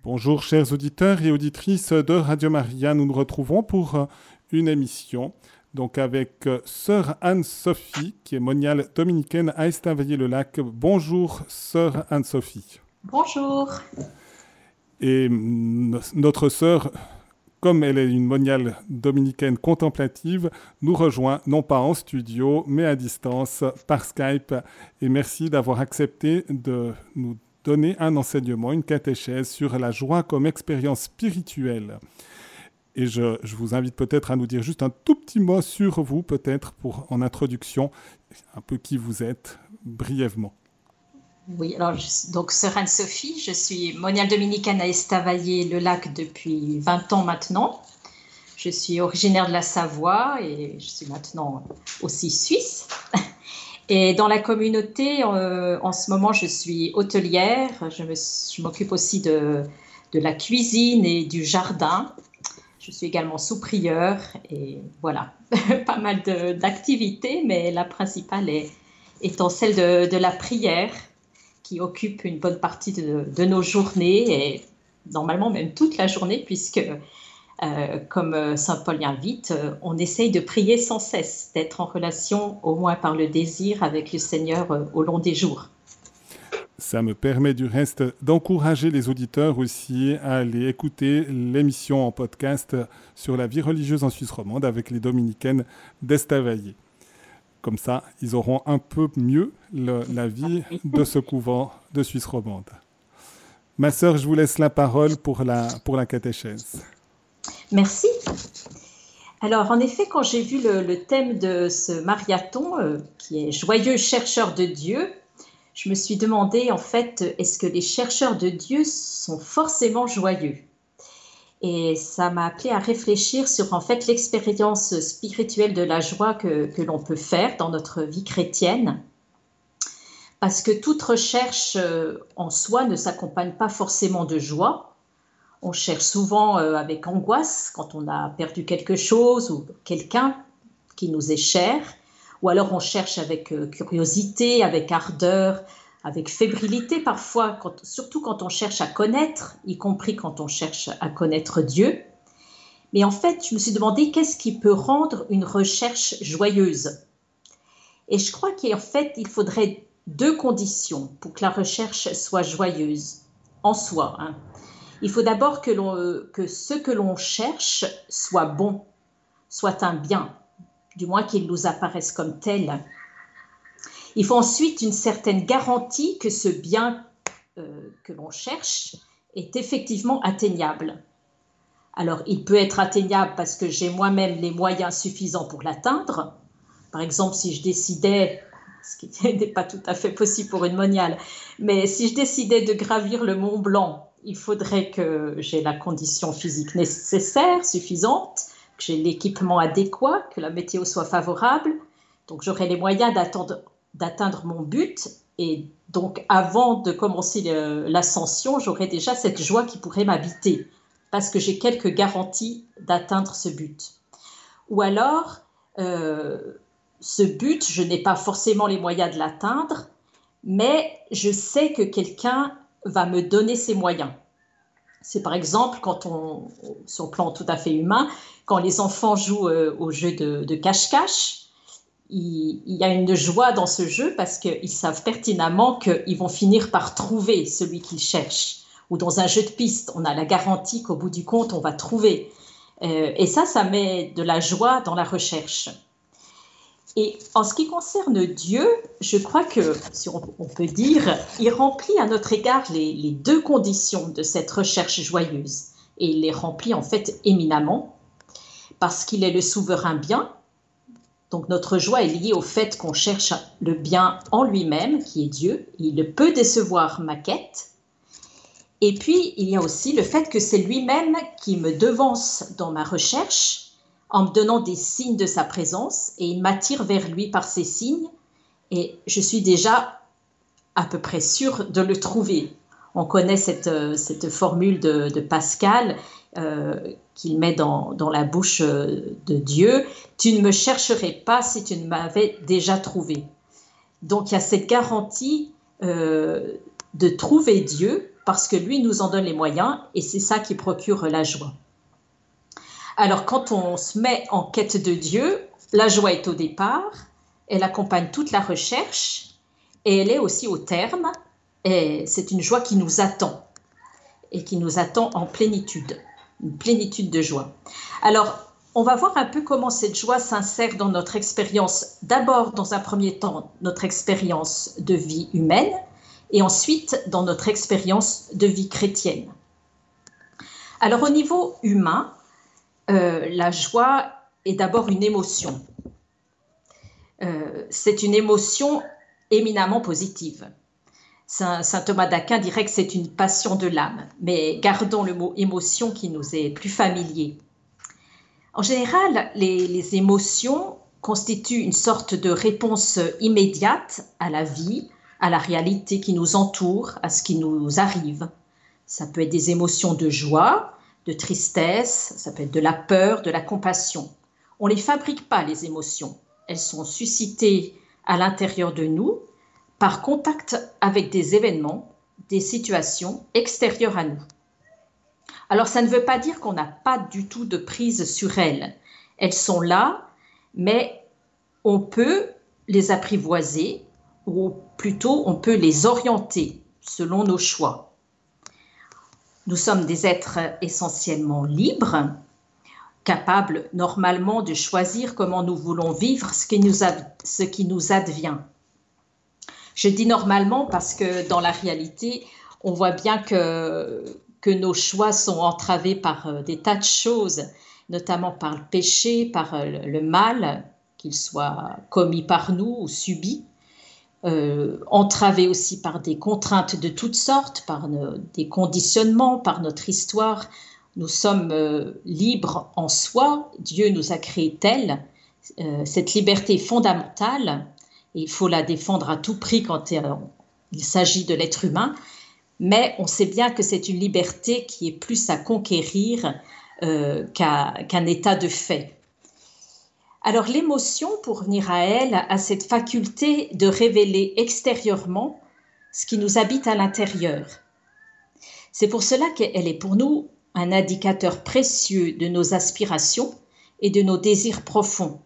Bonjour chers auditeurs et auditrices de Radio Maria, nous nous retrouvons pour une émission donc avec sœur Anne-Sophie qui est moniale dominicaine à Estavayer-le-Lac. Bonjour sœur Anne-Sophie. Bonjour. Et notre sœur, comme elle est une moniale dominicaine contemplative, nous rejoint non pas en studio mais à distance par Skype. Et merci d'avoir accepté de nous donner un enseignement, une catéchèse sur la joie comme expérience spirituelle. Et je vous invite peut-être à nous dire juste un tout petit mot sur vous, peut-être en introduction, un peu qui vous êtes, brièvement. Oui, alors donc sœur Anne-Sophie, je suis moniale dominicaine à Estavayer-le-Lac depuis 20 ans maintenant. Je suis originaire de la Savoie et je suis maintenant aussi suisse. Et dans la communauté, en ce moment, je suis hôtelière. Je m'occupe aussi de la cuisine et du jardin. Je suis également sous-prieure et voilà, pas mal d'activités, mais la principale étant celle de la prière qui occupe une bonne partie de nos journées et normalement même toute la journée puisque comme Saint Paul l'invite, on essaye de prier sans cesse, d'être en relation au moins par le désir avec le Seigneur au long des jours. Ça me permet du reste d'encourager les auditeurs aussi à aller écouter l'émission en podcast sur la vie religieuse en Suisse romande avec les dominicaines d'Estavayer. Comme ça, ils auront un peu mieux la vie de ce couvent de Suisse romande. Ma sœur, je vous laisse la parole pour la catéchèse. Merci. Alors, en effet, quand j'ai vu le thème de ce marathon, qui est « Joyeux chercheurs de Dieu », je me suis demandé, en fait, est-ce que les chercheurs de Dieu sont forcément joyeux ? Et ça m'a appelé à réfléchir sur, en fait, l'expérience spirituelle de la joie que l'on peut faire dans notre vie chrétienne. Parce que toute recherche en soi ne s'accompagne pas forcément de joie. On cherche souvent avec angoisse quand on a perdu quelque chose ou quelqu'un qui nous est cher. Ou alors on cherche avec curiosité, avec ardeur, avec fébrilité parfois, surtout quand on cherche à connaître, y compris quand on cherche à connaître Dieu. Mais en fait, je me suis demandé qu'est-ce qui peut rendre une recherche joyeuse ? Et je crois qu'en fait, il faudrait 2 conditions pour que la recherche soit joyeuse en soi. Il faut d'abord que ce que l'on cherche soit bon, soit un bien, du moins qu'il nous apparaisse comme tel. Il faut ensuite une certaine garantie que ce bien que l'on cherche est effectivement atteignable. Alors, il peut être atteignable parce que j'ai moi-même les moyens suffisants pour l'atteindre. Par exemple, si je décidais, ce qui n'est pas tout à fait possible pour une moniale, mais si je décidais de gravir le Mont Blanc, il faudrait que j'ai la condition physique nécessaire, suffisante, que j'ai l'équipement adéquat, que la météo soit favorable. Donc, j'aurai les moyens d'atteindre mon but. Et donc, avant de commencer l'ascension, j'aurai déjà cette joie qui pourrait m'habiter parce que j'ai quelques garanties d'atteindre ce but. Ou alors, ce but, je n'ai pas forcément les moyens de l'atteindre, mais je sais que quelqu'un va me donner ses moyens. C'est par exemple, sur le plan tout à fait humain, quand les enfants jouent au jeu de cache-cache, il y a une joie dans ce jeu parce qu'ils savent pertinemment qu'ils vont finir par trouver celui qu'ils cherchent. Ou dans un jeu de piste, on a la garantie qu'au bout du compte, on va trouver. Et ça met de la joie dans la recherche. Et en ce qui concerne Dieu, je crois que, si on peut dire, il remplit à notre égard les 2 conditions de cette recherche joyeuse. Et il les remplit en fait éminemment, parce qu'il est le souverain bien. Donc notre joie est liée au fait qu'on cherche le bien en lui-même, qui est Dieu. Il peut décevoir ma quête. Et puis, il y a aussi le fait que c'est lui-même qui me devance dans ma recherche, en me donnant des signes de sa présence, et il m'attire vers lui par ces signes, et je suis déjà à peu près sûre de le trouver. On connaît cette formule de Pascal qu'il met dans la bouche de Dieu. « Tu ne me chercherais pas si tu ne m'avais déjà trouvé ». Donc il y a cette garantie de trouver Dieu parce que lui nous en donne les moyens et c'est ça qui procure la joie. Alors quand on se met en quête de Dieu, la joie est au départ, elle accompagne toute la recherche et elle est aussi au terme, et c'est une joie qui nous attend et qui nous attend en plénitude, une plénitude de joie. Alors, on va voir un peu comment cette joie s'insère dans notre expérience, d'abord dans un premier temps, notre expérience de vie humaine, et ensuite dans notre expérience de vie chrétienne. Alors au niveau humain, la joie est d'abord une émotion. C'est une émotion éminemment positive. Saint Thomas d'Aquin dirait que c'est une passion de l'âme, mais gardons le mot émotion qui nous est plus familier. En général, les émotions constituent une sorte de réponse immédiate à la vie, à la réalité qui nous entoure, à ce qui nous arrive. Ça peut être des émotions de joie, de tristesse, ça peut être de la peur, de la compassion. On ne les fabrique pas, les émotions. Elles sont suscitées à l'intérieur de nous par contact avec des événements, des situations extérieures à nous. Alors, ça ne veut pas dire qu'on n'a pas du tout de prise sur elles. Elles sont là, mais on peut les apprivoiser, ou plutôt on peut les orienter selon nos choix. Nous sommes des êtres essentiellement libres, capables normalement de choisir comment nous voulons vivre ce qui nous advient. Je dis normalement parce que dans la réalité, on voit bien que nos choix sont entravés par des tas de choses, notamment par le péché, par le mal, qu'il soit commis par nous ou subi, entravés aussi par des contraintes de toutes sortes, par des conditionnements, par notre histoire. Nous sommes libres en soi, Dieu nous a créés tels, cette liberté est fondamentale, et il faut la défendre à tout prix quand il s'agit de l'être humain, mais on sait bien que c'est une liberté qui est plus à conquérir qu'un état de fait. Alors l'émotion, pour venir à elle, a cette faculté de révéler extérieurement ce qui nous habite à l'intérieur. C'est pour cela qu'elle est pour nous un indicateur précieux de nos aspirations et de nos désirs profonds.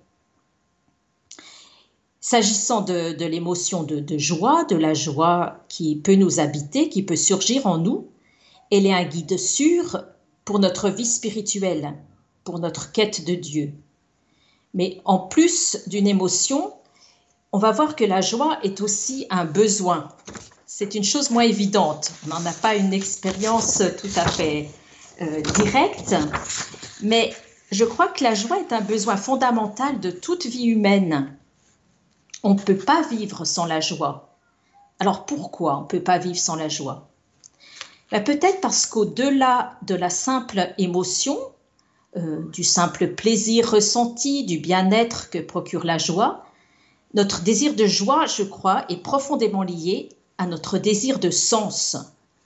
S'agissant de l'émotion de joie, de la joie qui peut nous habiter, qui peut surgir en nous, elle est un guide sûr pour notre vie spirituelle, pour notre quête de Dieu. Mais en plus d'une émotion, on va voir que la joie est aussi un besoin. C'est une chose moins évidente. On n'en a pas une expérience tout à fait directe, mais je crois que la joie est un besoin fondamental de toute vie humaine. On ne peut pas vivre sans la joie. Alors pourquoi on ne peut pas vivre sans la joie ? Peut-être parce qu'au-delà de la simple émotion, du simple plaisir ressenti, du bien-être que procure la joie, notre désir de joie, je crois, est profondément lié à notre désir de sens.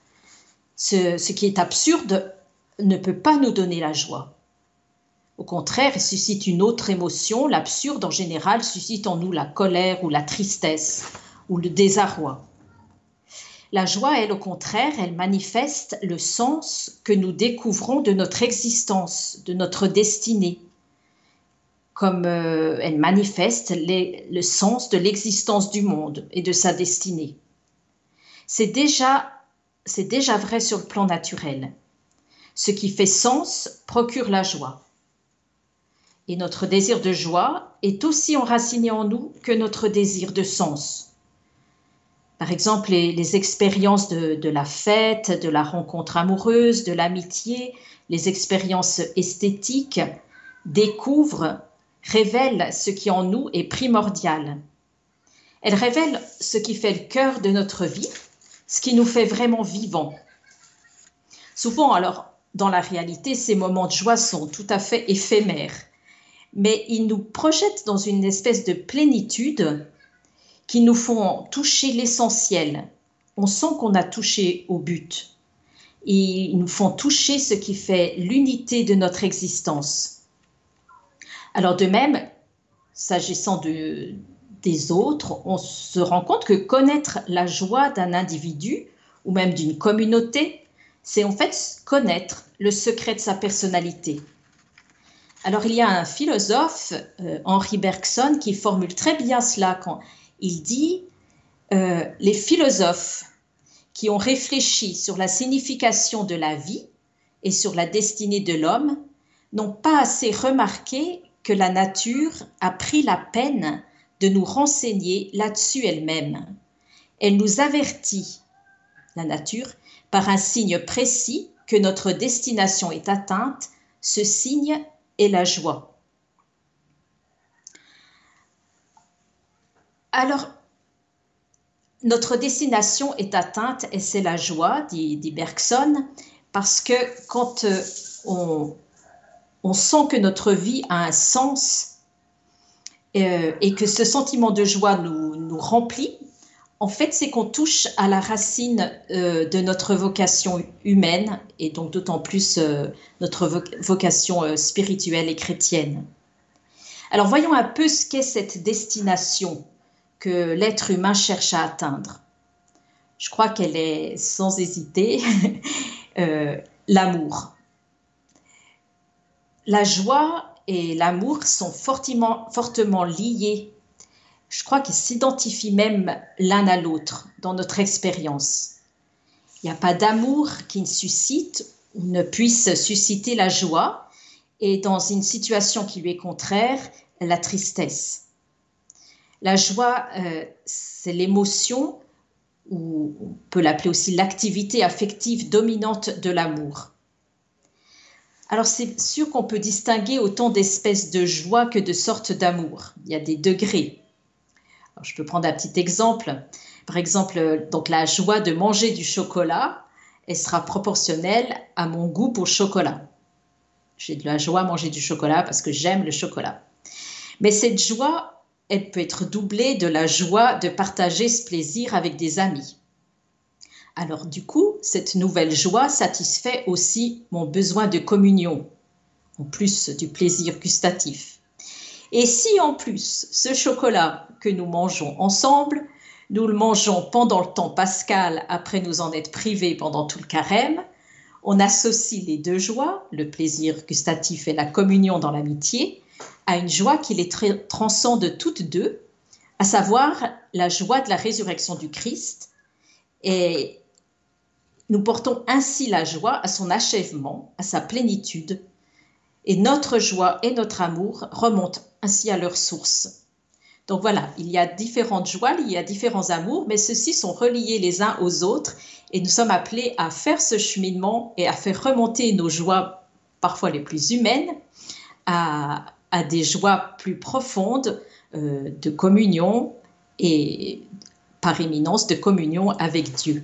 Ce qui est absurde ne peut pas nous donner la joie. Au contraire, il suscite une autre émotion. L'absurde, en général, suscite en nous la colère ou la tristesse ou le désarroi. La joie, elle, au contraire, elle manifeste le sens que nous découvrons de notre existence, de notre destinée, comme elle manifeste le sens de l'existence du monde et de sa destinée. C'est déjà vrai sur le plan naturel. Ce qui fait sens procure la joie. Et notre désir de joie est aussi enraciné en nous que notre désir de sens. Par exemple, les expériences de la fête, de la rencontre amoureuse, de l'amitié, les expériences esthétiques découvrent, révèlent ce qui en nous est primordial. Elles révèlent ce qui fait le cœur de notre vie, ce qui nous fait vraiment vivants. Souvent, alors, dans la réalité, ces moments de joie sont tout à fait éphémères. Mais ils nous projettent dans une espèce de plénitude qui nous font toucher l'essentiel. On sent qu'on a touché au but. Et ils nous font toucher ce qui fait l'unité de notre existence. Alors de même, s'agissant des autres, on se rend compte que connaître la joie d'un individu ou même d'une communauté, c'est en fait connaître le secret de sa personnalité. Alors il y a un philosophe, Henri Bergson, qui formule très bien cela quand il dit les philosophes qui ont réfléchi sur la signification de la vie et sur la destinée de l'homme n'ont pas assez remarqué que la nature a pris la peine de nous renseigner là-dessus elle-même. Elle nous avertit, la nature, par un signe précis que notre destination est atteinte. Ce signe est la joie. Alors, notre destination est atteinte et c'est la joie, dit Bergson, parce que quand on sent que notre vie a un sens et que ce sentiment de joie nous remplit, en fait, c'est qu'on touche à la racine de notre vocation humaine et donc d'autant plus notre vocation spirituelle et chrétienne. Alors, voyons un peu ce qu'est cette destination que l'être humain cherche à atteindre. Je crois qu'elle est, sans hésiter, l'amour. La joie et l'amour sont fortement liés. Je crois qu'ils s'identifient même l'un à l'autre dans notre expérience. Il n'y a pas d'amour qui ne suscite ou ne puisse susciter la joie, et dans une situation qui lui est contraire, la tristesse. La joie, c'est l'émotion, ou on peut l'appeler aussi l'activité affective dominante de l'amour. Alors c'est sûr qu'on peut distinguer autant d'espèces de joie que de sortes d'amour. Il y a des degrés. Alors, je peux prendre un petit exemple. Par exemple, donc la joie de manger du chocolat, elle sera proportionnelle à mon goût pour le chocolat. J'ai de la joie à manger du chocolat parce que j'aime le chocolat. Mais cette joie, elle peut être doublée de la joie de partager ce plaisir avec des amis. Alors du coup, cette nouvelle joie satisfait aussi mon besoin de communion, en plus du plaisir gustatif. Et si en plus, ce chocolat que nous mangeons ensemble, nous le mangeons pendant le temps pascal après nous en être privés pendant tout le carême, on associe les deux joies, le plaisir gustatif et la communion dans l'amitié, à une joie qui les transcende toutes deux, à savoir la joie de la résurrection du Christ. Et nous portons ainsi la joie à son achèvement, à sa plénitude. Et notre joie et notre amour remontent ainsi à leur source. Donc voilà, il y a différentes joies, il y a différents amours, mais ceux-ci sont reliés les uns aux autres et nous sommes appelés à faire ce cheminement et à faire remonter nos joies, parfois les plus humaines, à des joies plus profondes de communion et par éminence de communion avec Dieu.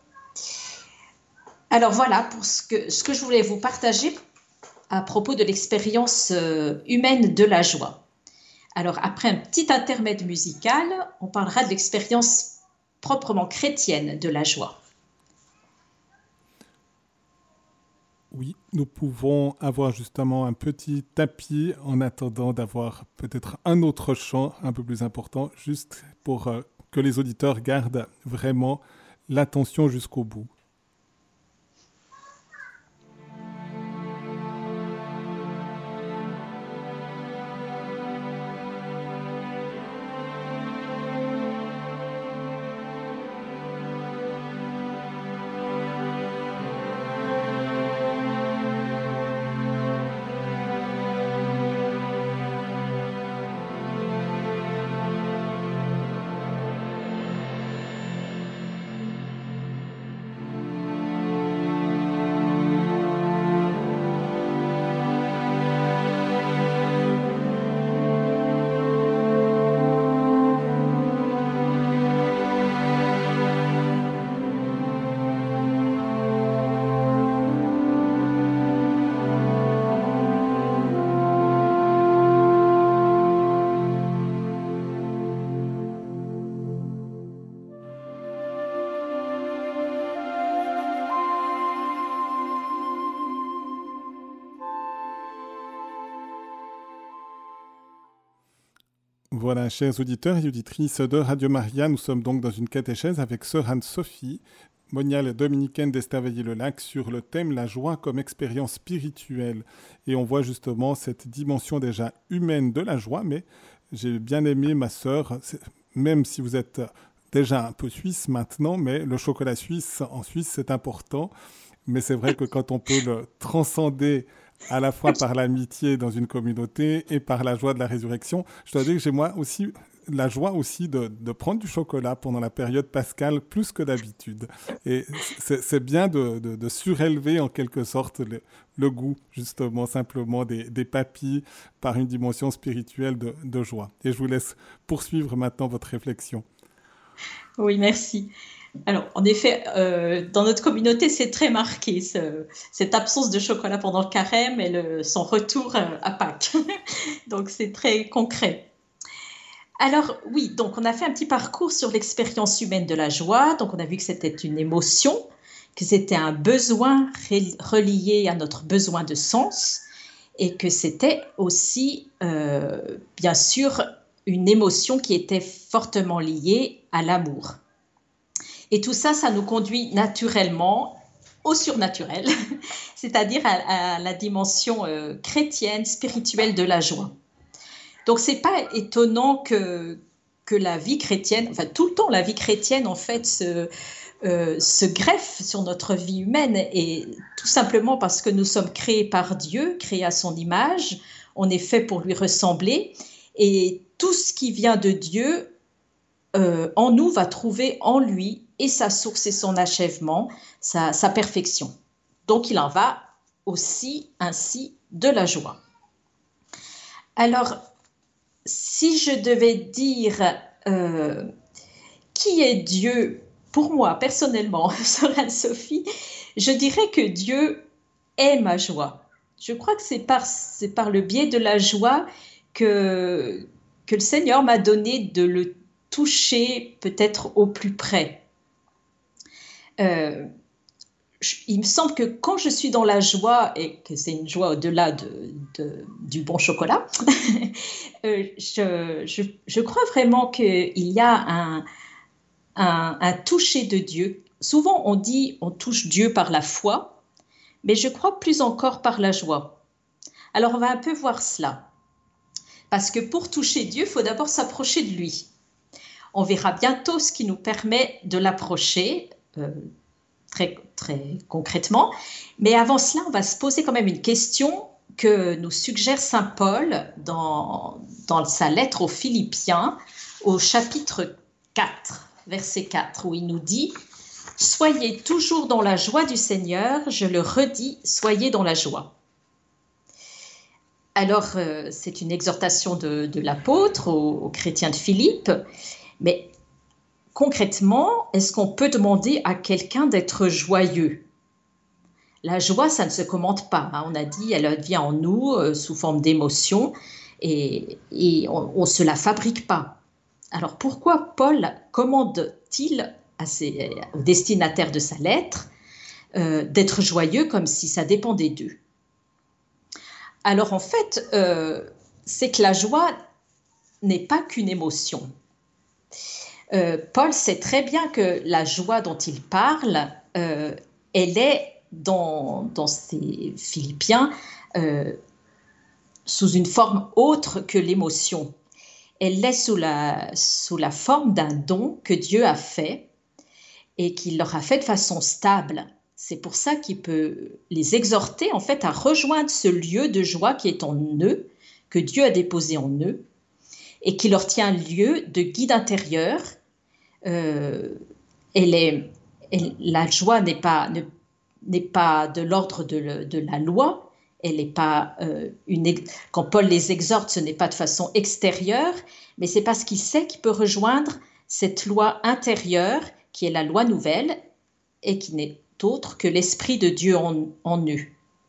Alors voilà pour ce que je voulais vous partager à propos de l'expérience humaine de la joie. Alors, après un petit intermède musical, on parlera de l'expérience proprement chrétienne de la joie. Oui, nous pouvons avoir justement un petit tapis en attendant d'avoir peut-être un autre chant un peu plus important, juste pour que les auditeurs gardent vraiment l'attention jusqu'au bout. Voilà, chers auditeurs et auditrices de Radio Maria, nous sommes donc dans une catéchèse avec sœur Anne-Sophie. moniale dominicaine d'Estavayer-le-Lac sur le thème la joie comme expérience spirituelle. Et on voit justement cette dimension déjà humaine de la joie, mais j'ai bien aimé ma sœur, même si vous êtes déjà un peu suisse maintenant, mais le chocolat suisse en Suisse c'est important. Mais c'est vrai que quand on peut le transcender à la fois par l'amitié dans une communauté et par la joie de la résurrection, je dois dire que j'ai moi aussi la joie aussi de prendre du chocolat pendant la période pascale plus que d'habitude. Et c'est bien de surélever en quelque sorte le goût justement simplement des papilles par une dimension spirituelle de joie. Et je vous laisse poursuivre maintenant votre réflexion. Oui, merci. Alors, en effet, dans notre communauté, c'est très marqué, cette absence de chocolat pendant le carême et son retour à Pâques. Donc, c'est très concret. Alors, oui, donc on a fait un petit parcours sur l'expérience humaine de la joie. Donc, on a vu que c'était une émotion, que c'était un besoin relié à notre besoin de sens et que c'était aussi, bien sûr, une émotion qui était fortement liée à l'amour. Et tout ça, ça nous conduit naturellement au surnaturel, c'est-à-dire à la dimension chrétienne, spirituelle de la joie. Donc, ce n'est pas étonnant que la vie chrétienne, enfin tout le temps, la vie chrétienne, en fait, se greffe sur notre vie humaine, et tout simplement parce que nous sommes créés par Dieu, créés à son image, on est fait pour lui ressembler, et tout ce qui vient de Dieu, en nous, va trouver en lui et sa source et son achèvement, sa perfection. Donc, il en va aussi ainsi de la joie. Alors, si je devais dire qui est Dieu pour moi, personnellement, sœur Anne-Sophie, je dirais que Dieu est ma joie. Je crois que c'est par le biais de la joie que le Seigneur m'a donné de le toucher peut-être au plus près. Il me semble que quand je suis dans la joie, et que c'est une joie au-delà du bon chocolat, je crois vraiment qu'il y a un toucher de Dieu. Souvent on dit on touche Dieu par la foi, mais je crois plus encore par la joie. Alors on va un peu voir cela. Parce que pour toucher Dieu, il faut d'abord s'approcher de lui. On verra bientôt ce qui nous permet de l'approcher très, très concrètement. Mais avant cela, on va se poser quand même une question que nous suggère saint Paul dans sa lettre aux Philippiens, au chapitre 4, verset 4, où il nous dit « Soyez toujours dans la joie du Seigneur, je le redis, soyez dans la joie. » Alors, c'est une exhortation de l'apôtre aux chrétiens de Philippe, mais concrètement, est-ce qu'on peut demander à quelqu'un d'être joyeux? La joie, ça ne se commande pas. Hein. On a dit, elle vient en nous sous forme d'émotion et on ne se la fabrique pas. Alors, pourquoi Paul commande-t-il aux destinataires de sa lettre d'être joyeux comme si ça dépendait d'eux? Alors, en fait, c'est que la joie n'est pas qu'une émotion. Paul sait très bien que la joie dont il parle, elle est dans ces Philippiens sous une forme autre que l'émotion. Elle est sous la forme d'un don que Dieu a fait et qu'il leur a fait de façon stable. C'est pour ça qu'il peut les exhorter en fait à rejoindre ce lieu de joie qui est en eux, que Dieu a déposé en eux, et qui leur tient lieu de guide intérieur. La joie n'est pas de l'ordre de la loi. Elle n'est pas quand Paul les exhorte, ce n'est pas de façon extérieure, mais c'est parce qu'il sait qu'il peut rejoindre cette loi intérieure qui est la loi nouvelle et qui n'est autre que l'Esprit de Dieu en eux.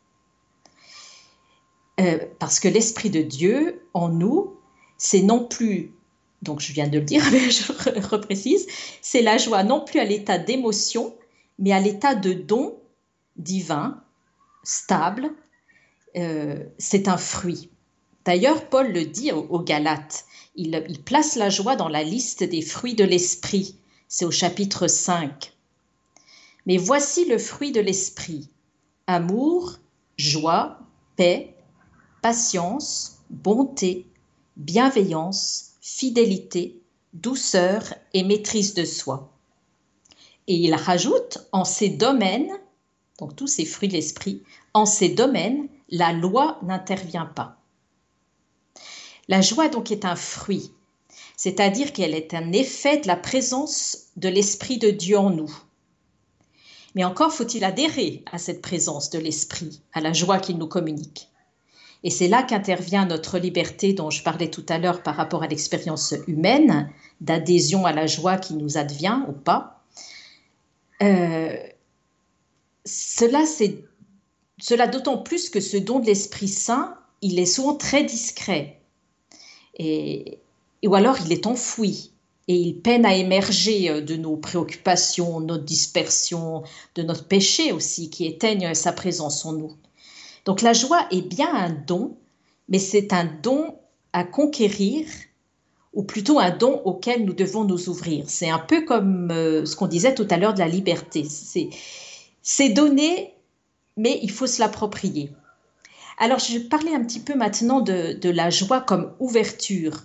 Parce que l'Esprit de Dieu en nous, c'est non plus, donc je viens de le dire, mais je reprécise, c'est la joie non plus à l'état d'émotion, mais à l'état de don divin, stable. C'est un fruit. D'ailleurs, Paul le dit aux Galates, il place la joie dans la liste des fruits de l'esprit. C'est au chapitre 5. Mais voici le fruit de l'esprit: amour, joie, paix, patience, bonté, bienveillance, fidélité, douceur et maîtrise de soi. Et il rajoute, en ces domaines, donc tous ces fruits de l'esprit, en ces domaines, la loi n'intervient pas. La joie donc est un fruit, c'est-à-dire qu'elle est un effet de la présence de l'Esprit de Dieu en nous. Mais encore faut-il adhérer à cette présence de l'Esprit, à la joie qu'il nous communique. Et c'est là qu'intervient notre liberté dont je parlais tout à l'heure par rapport à l'expérience humaine, d'adhésion à la joie qui nous advient ou pas. Cela d'autant plus que ce don de l'Esprit Saint, il est souvent très discret. Ou alors il est enfoui et il peine à émerger de nos préoccupations, de notre dispersion, de notre péché aussi, qui éteignent sa présence en nous. Donc la joie est bien un don, mais c'est un don à conquérir, ou plutôt un don auquel nous devons nous ouvrir. C'est un peu comme ce qu'on disait tout à l'heure de la liberté. C'est donné, mais il faut se l'approprier. Alors, je vais parler un petit peu maintenant de la joie comme ouverture.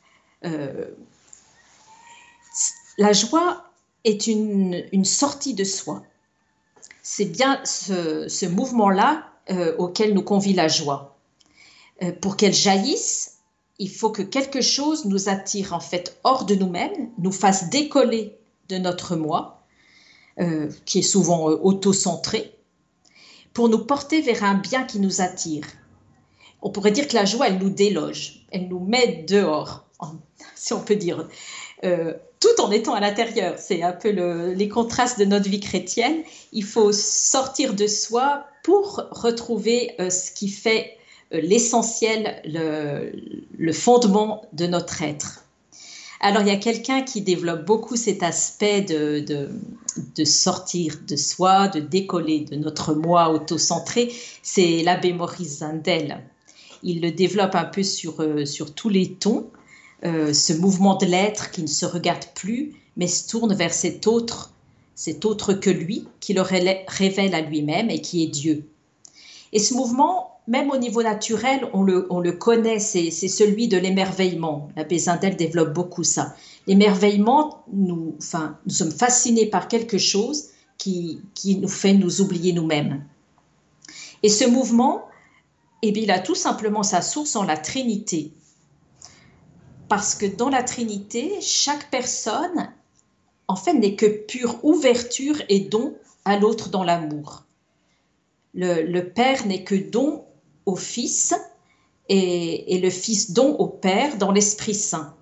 La joie est une sortie de soi. C'est bien ce mouvement-là auquel nous convie la joie. Pour qu'elle jaillisse, il faut que quelque chose nous attire en fait hors de nous-mêmes, nous fasse décoller de notre moi, qui est souvent auto-centré, pour nous porter vers un bien qui nous attire. On pourrait dire que la joie, elle nous déloge, elle nous met dehors, si on peut dire, tout en étant à l'intérieur. C'est un peu les contrastes de notre vie chrétienne. Il faut sortir de soi pour retrouver ce qui fait l'essentiel, le fondement de notre être. Alors, il y a quelqu'un qui développe beaucoup cet aspect de sortir de soi, de décoller de notre moi auto-centré. C'est l'abbé Maurice Zindel. Il le développe un peu sur tous les tons, ce mouvement de l'être qui ne se regarde plus, mais se tourne vers cet autre que lui, qui le révèle à lui-même et qui est Dieu. Et ce mouvement, même au niveau naturel, on le connaît, c'est celui de l'émerveillement. L'abbé Zindel développe beaucoup ça. L'émerveillement, nous sommes fascinés par quelque chose qui nous fait nous oublier nous-mêmes. Et ce mouvement, il a tout simplement sa source en la Trinité. Parce que dans la Trinité, chaque personne, en fait, n'est que pure ouverture et don à l'autre dans l'amour. Le Père n'est que don au Fils et le Fils don au Père dans l'Esprit Saint.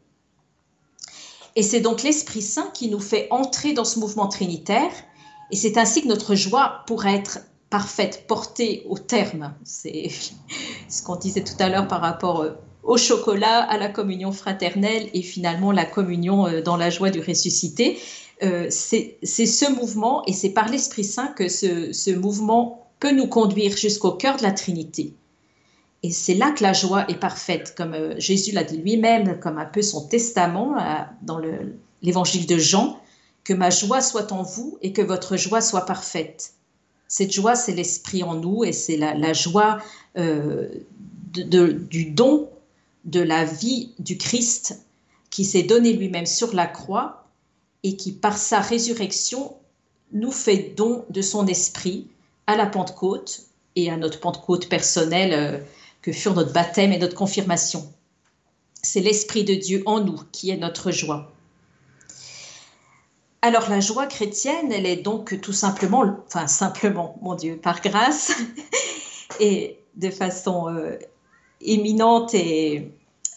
Et c'est donc l'Esprit Saint qui nous fait entrer dans ce mouvement trinitaire, et c'est ainsi que notre joie pourra être parfaite, portée au terme. C'est ce qu'on disait tout à l'heure par rapport au chocolat, à la communion fraternelle et finalement la communion dans la joie du ressuscité. C'est ce mouvement, et c'est par l'Esprit Saint que ce mouvement peut nous conduire jusqu'au cœur de la Trinité. Et c'est là que la joie est parfaite, comme Jésus l'a dit lui-même, comme un peu son testament dans l'évangile de Jean, que ma joie soit en vous et que votre joie soit parfaite. Cette joie, c'est l'Esprit en nous, et c'est la joie du don de la vie du Christ qui s'est donné lui-même sur la croix et qui, par sa résurrection, nous fait don de son esprit à la Pentecôte et à notre Pentecôte personnelle que furent notre baptême et notre confirmation. C'est l'Esprit de Dieu en nous qui est notre joie. Alors la joie chrétienne, elle est donc tout simplement, mon Dieu, par grâce et de façon éminente et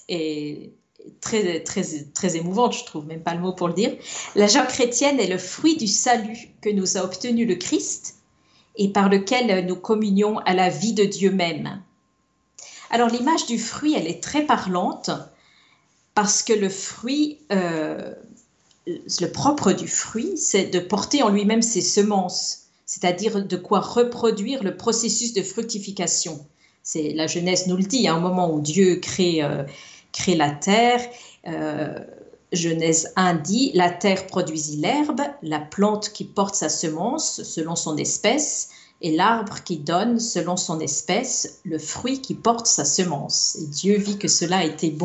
très, très, très émouvante, je trouve, même pas le mot pour le dire. La joie chrétienne est le fruit du salut que nous a obtenu le Christ et par lequel nous communions à la vie de Dieu même. Alors l'image du fruit, elle est très parlante parce que le fruit, le propre du fruit, c'est de porter en lui-même ses semences, c'est-à-dire de quoi reproduire le processus de fructification. La Genèse nous le dit, à un moment où Dieu crée la terre, Genèse 1 dit « La terre produisit l'herbe, la plante qui porte sa semence selon son espèce, et l'arbre qui donne selon son espèce le fruit qui porte sa semence. Et Dieu vit que cela était bon. »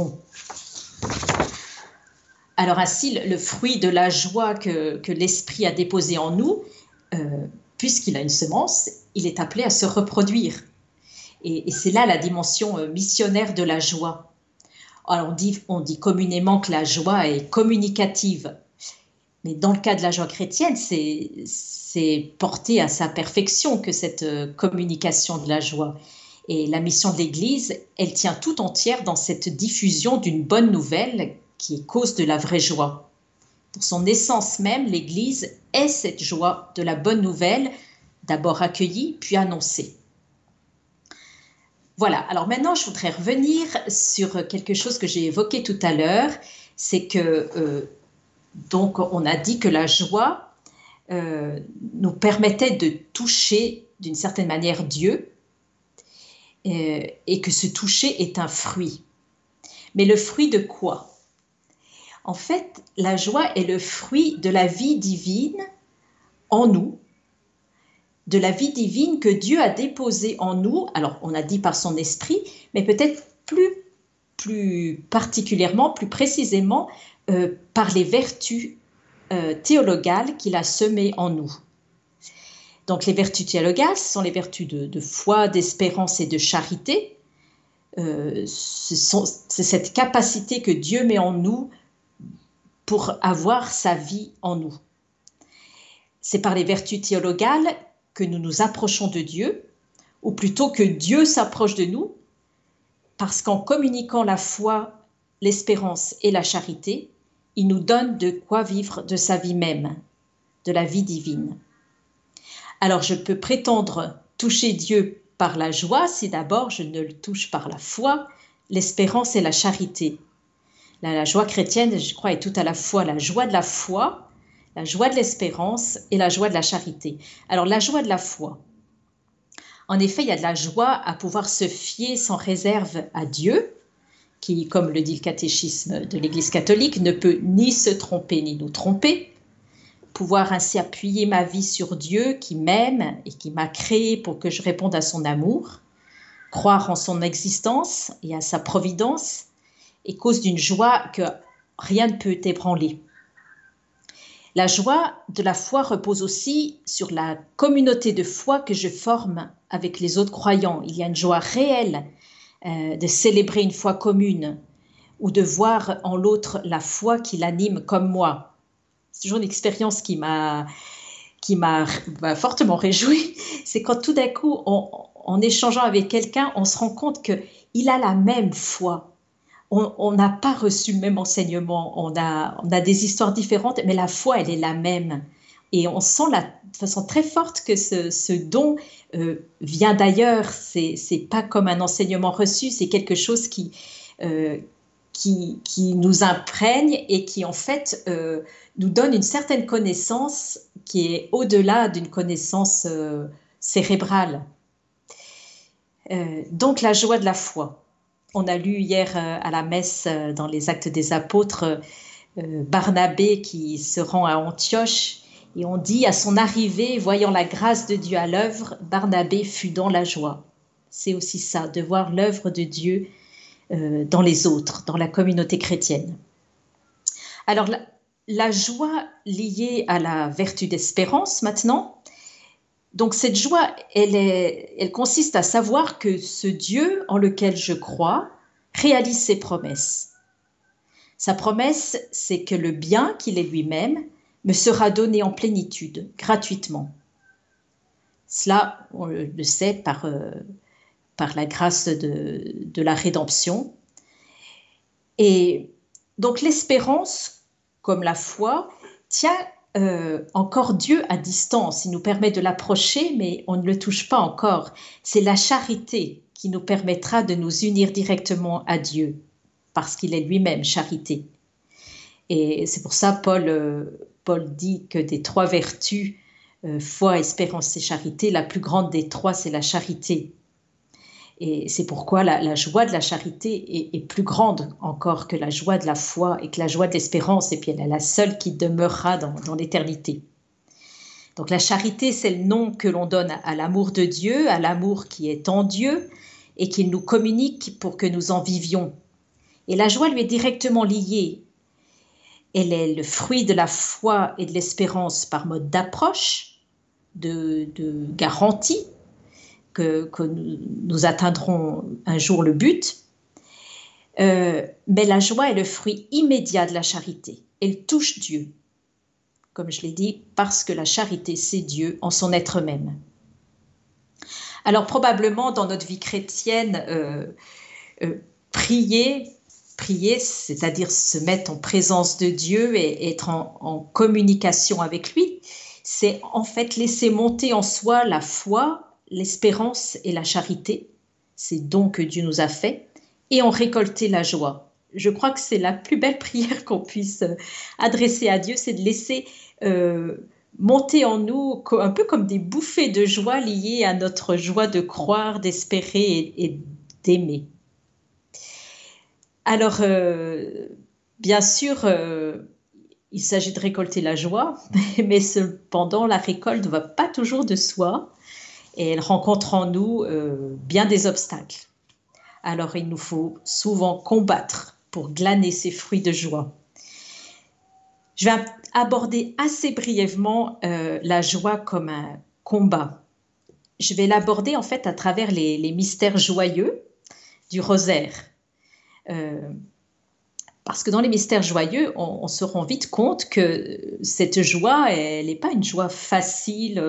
Alors ainsi, le fruit de la joie que l'Esprit a déposé en nous, puisqu'il a une semence, il est appelé à se reproduire. Et c'est là la dimension missionnaire de la joie. Alors on dit communément que la joie est communicative, mais dans le cas de la joie chrétienne, c'est porté à sa perfection que cette communication de la joie. Et la mission de l'Église, elle tient tout entière dans cette diffusion d'une bonne nouvelle qui est cause de la vraie joie. Dans son essence même, l'Église est cette joie de la bonne nouvelle, d'abord accueillie, puis annoncée. Voilà, alors maintenant je voudrais revenir sur quelque chose que j'ai évoqué tout à l'heure, c'est que donc on a dit que la joie nous permettait de toucher d'une certaine manière Dieu et que ce toucher est un fruit. Mais le fruit de quoi ? En fait, la joie est le fruit de la vie divine en nous, de la vie divine que Dieu a déposée en nous, alors on a dit par son esprit, mais peut-être plus particulièrement, plus précisément, par les vertus théologales qu'il a semées en nous. Donc les vertus théologales, ce sont les vertus de foi, d'espérance et de charité. C'est cette capacité que Dieu met en nous pour avoir sa vie en nous. C'est par les vertus théologales que nous nous approchons de Dieu, ou plutôt que Dieu s'approche de nous, parce qu'en communiquant la foi, l'espérance et la charité, il nous donne de quoi vivre de sa vie même, de la vie divine. Alors je peux prétendre toucher Dieu par la joie si d'abord je ne le touche par la foi, l'espérance et la charité. La joie chrétienne, je crois, est tout à la fois la joie de la foi, la joie de l'espérance et la joie de la charité. Alors la joie de la foi. En effet, il y a de la joie à pouvoir se fier sans réserve à Dieu, qui, comme le dit le catéchisme de l'Église catholique, ne peut ni se tromper ni nous tromper. Pouvoir ainsi appuyer ma vie sur Dieu qui m'aime et qui m'a créé pour que je réponde à son amour, croire en son existence et à sa providence, et cause d'une joie que rien ne peut ébranler. La joie de la foi repose aussi sur la communauté de foi que je forme avec les autres croyants. Il y a une joie réelle de célébrer une foi commune ou de voir en l'autre la foi qui l'anime comme moi. C'est toujours une expérience qui m'a fortement réjouie. C'est quand tout d'un coup, en échangeant avec quelqu'un, on se rend compte qu'il a la même foi. On n'a pas reçu le même enseignement, on a des histoires différentes, mais la foi, elle est la même. Et on sent de façon très forte que ce don vient d'ailleurs. C'est pas comme un enseignement reçu, c'est quelque chose qui nous imprègne et qui en fait nous donne une certaine connaissance qui est au-delà d'une connaissance cérébrale. Donc la joie de la foi. On a lu hier à la messe dans les Actes des Apôtres Barnabé qui se rend à Antioche et on dit à son arrivée, voyant la grâce de Dieu à l'œuvre, Barnabé fut dans la joie. C'est aussi ça, de voir l'œuvre de Dieu dans les autres, dans la communauté chrétienne. Alors la joie liée à la vertu d'espérance maintenant. Donc cette joie, elle consiste à savoir que ce Dieu en lequel je crois réalise ses promesses. Sa promesse, c'est que le bien qu'il est lui-même me sera donné en plénitude, gratuitement. Cela, on le sait par la grâce de la rédemption. Et donc l'espérance, comme la foi, tient encore Dieu à distance. Il nous permet de l'approcher, mais on ne le touche pas encore. C'est la charité qui nous permettra de nous unir directement à Dieu, parce qu'il est lui-même charité. Et c'est pour ça Paul dit que des trois vertus, foi, espérance et charité, la plus grande des trois, c'est la charité. Et c'est pourquoi la joie de la charité est plus grande encore que la joie de la foi et que la joie de l'espérance. Et puis elle est la seule qui demeurera dans l'éternité. Donc la charité, c'est le nom que l'on donne à l'amour de Dieu, à l'amour qui est en Dieu et qu'il nous communique pour que nous en vivions. Et la joie lui est directement liée. Elle est le fruit de la foi et de l'espérance par mode d'approche, de garantie que nous atteindrons un jour le but. Mais la joie est le fruit immédiat de la charité. Elle touche Dieu, comme je l'ai dit, parce que la charité, c'est Dieu en son être même. Alors probablement dans notre vie chrétienne, prier, c'est-à-dire se mettre en présence de Dieu et être en communication avec lui, c'est en fait laisser monter en soi la foi, l'espérance et la charité, ces dons que Dieu nous a faits, et en récolter la joie. Je crois que c'est la plus belle prière qu'on puisse adresser à Dieu, c'est de laisser monter en nous un peu comme des bouffées de joie liées à notre joie de croire, d'espérer et d'aimer. Alors, bien sûr, il s'agit de récolter la joie, mais cependant, la récolte ne va pas toujours de soi et elle rencontre en nous bien des obstacles. Alors, il nous faut souvent combattre pour glaner ces fruits de joie. Je vais aborder assez brièvement la joie comme un combat. Je vais l'aborder en fait à travers les mystères joyeux du rosaire. Parce que dans les mystères joyeux, on se rend vite compte que cette joie, elle n'est pas une joie facile,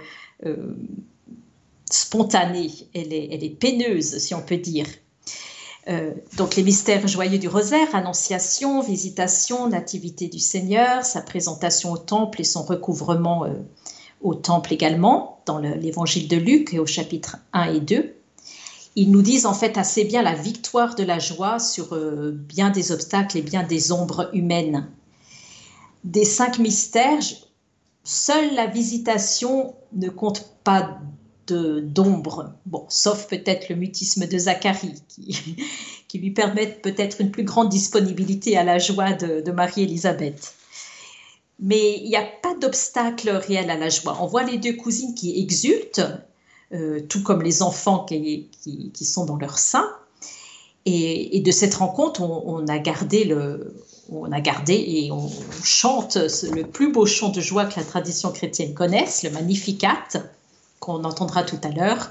spontanée, elle est peineuse, si on peut dire. Donc les mystères joyeux du rosaire, Annonciation, Visitation, Nativité du Seigneur, sa présentation au temple et son recouvrement au temple également, dans l'évangile de Luc et au chapitre 1 et 2. Ils nous disent en fait assez bien la victoire de la joie sur bien des obstacles et bien des ombres humaines. Des 5 mystères, seule la visitation ne compte pas d'ombre, bon, sauf peut-être le mutisme de Zacharie, qui lui permettent peut-être une plus grande disponibilité à la joie de Marie-Élisabeth. Mais il n'y a pas d'obstacle réel à la joie. On voit les 2 cousines qui exultent, tout comme les enfants qui sont dans leur sein. Et de cette rencontre, on a gardé et on chante le plus beau chant de joie que la tradition chrétienne connaisse, le Magnificat, qu'on entendra tout à l'heure.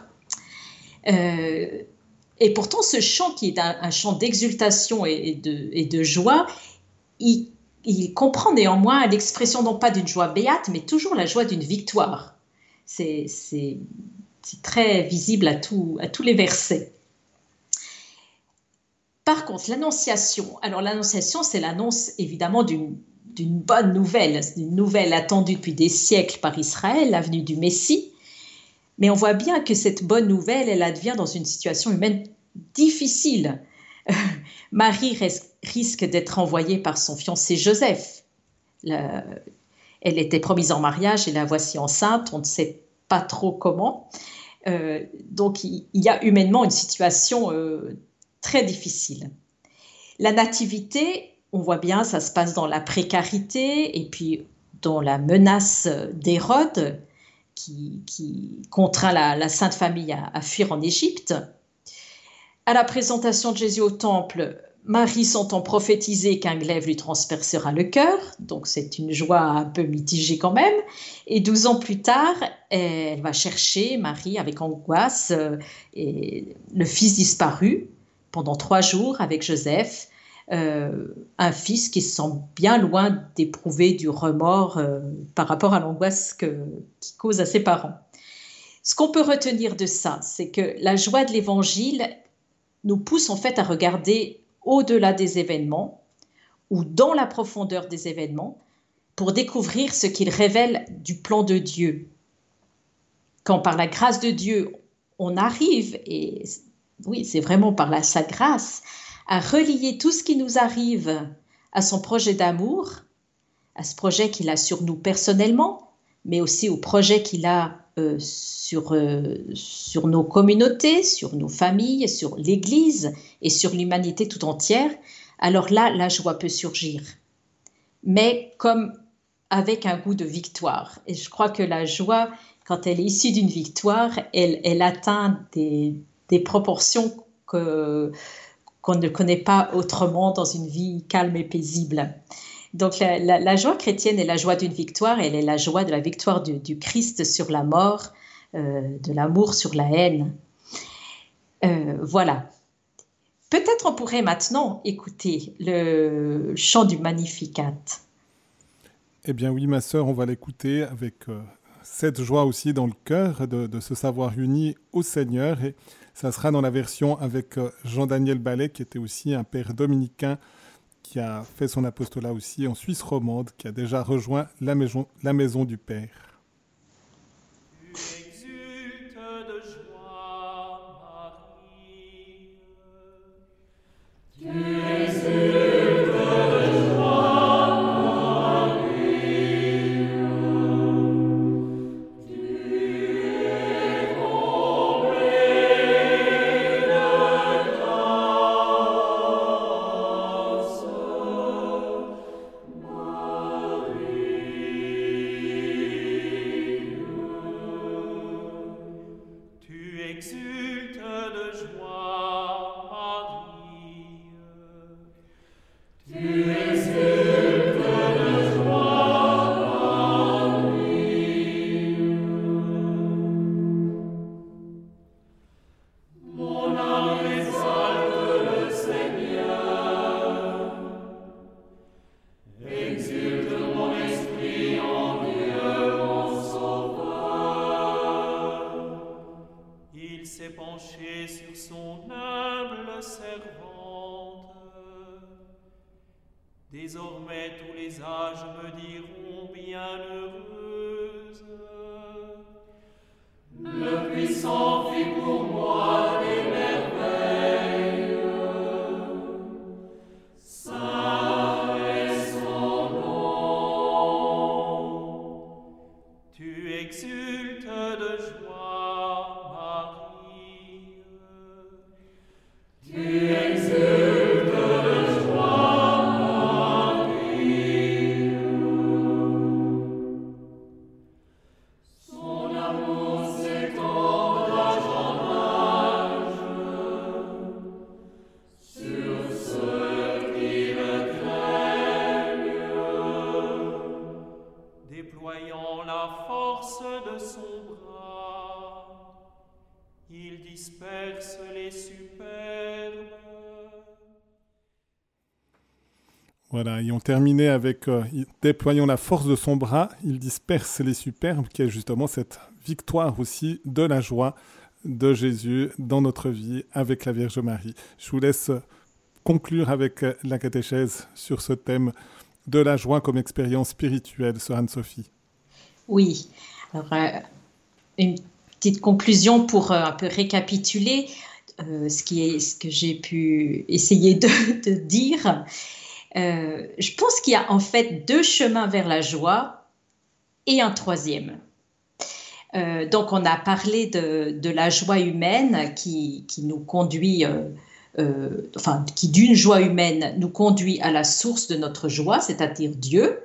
Et pourtant, ce chant qui est un chant d'exultation et de joie, il comprend néanmoins l'expression non pas d'une joie béate, mais toujours la joie d'une victoire. C'est très visible à tous les versets. Par contre, l'Annonciation. Alors l'Annonciation, c'est l'annonce évidemment d'une bonne nouvelle, une nouvelle attendue depuis des siècles par Israël, la venue du Messie. Mais on voit bien que cette bonne nouvelle, elle advient dans une situation humaine difficile. Marie risque d'être envoyée par son fiancé Joseph. Elle était promise en mariage et la voici enceinte, on ne sait pas trop comment. Donc il y a humainement une situation très difficile. La nativité, on voit bien, ça se passe dans la précarité et puis dans la menace d'Hérode, qui contraint la Sainte Famille à fuir en Égypte. À la présentation de Jésus au temple, Marie s'entend prophétiser qu'un glaive lui transpercera le cœur, donc c'est une joie un peu mitigée quand même. Et 12 ans plus tard, elle va chercher, Marie, avec angoisse, le fils disparu pendant 3 jours avec Joseph, un fils qui se sent bien loin d'éprouver du remords par rapport à l'angoisse qu'il cause à ses parents. Ce qu'on peut retenir de ça, c'est que la joie de l'Évangile nous pousse en fait à regarder au-delà des événements ou dans la profondeur des événements pour découvrir ce qu'il révèle du plan de Dieu. Quand par la grâce de Dieu, on arrive, et oui, c'est vraiment par sa grâce, à relier tout ce qui nous arrive à son projet d'amour, à ce projet qu'il a sur nous personnellement, mais aussi au projet qu'il a sur nos communautés, sur nos familles, sur l'Église et sur l'humanité tout entière, alors là, la joie peut surgir. Mais comme avec un goût de victoire. Et je crois que la joie, quand elle est issue d'une victoire, elle atteint des proportions qu'on ne connaît pas autrement dans une vie calme et paisible. Donc la joie chrétienne est la joie d'une victoire, elle est la joie de la victoire du Christ sur la mort, de l'amour sur la haine. Voilà. Peut-être on pourrait maintenant écouter le chant du Magnificat. Eh bien oui, ma sœur, on va l'écouter avec cette joie aussi dans le cœur de se savoir unis au Seigneur. Et ça sera dans la version avec Jean-Daniel Ballet, qui était aussi un père dominicain, qui a fait son apostolat aussi en Suisse romande, qui a déjà rejoint la maison du Père. Tu exultes de joie, Marie. Tu exultes de joie, Marie. Tu es comblée de grâce, Marie. Tu exultes de joie, Marie. Tu exultes de joie, Marie. Mon âme exalte le Seigneur. Exulte mon esprit en Dieu, mon Sauveur. Il s'est penché sur son humble servante. Désormais tous les âges me diront bienheureuse. Le puissant fit pour moi des merveilles. Saint est son nom. Tu exultes de joie, Marie. Tu exultes de joie, Marie. Son amour s'étend d'âge en âge sur ceux qui le craignent. Déployant la force de son bras, il disperse les superbes. Voilà, et on terminait avec déployant la force de son bras, il disperse les superbes, qui est justement cette victoire aussi de la joie de Jésus dans notre vie avec la Vierge Marie. Je vous laisse conclure avec la catéchèse sur ce thème de la joie comme expérience spirituelle, sœur Anne-Sophie. Oui, alors une petite conclusion pour un peu récapituler ce que j'ai pu essayer de dire. Je pense qu'il y a en fait deux chemins vers la joie et un troisième. Donc on a parlé de la joie humaine qui nous conduit, qui d'une joie humaine nous conduit à la source de notre joie, c'est-à-dire Dieu.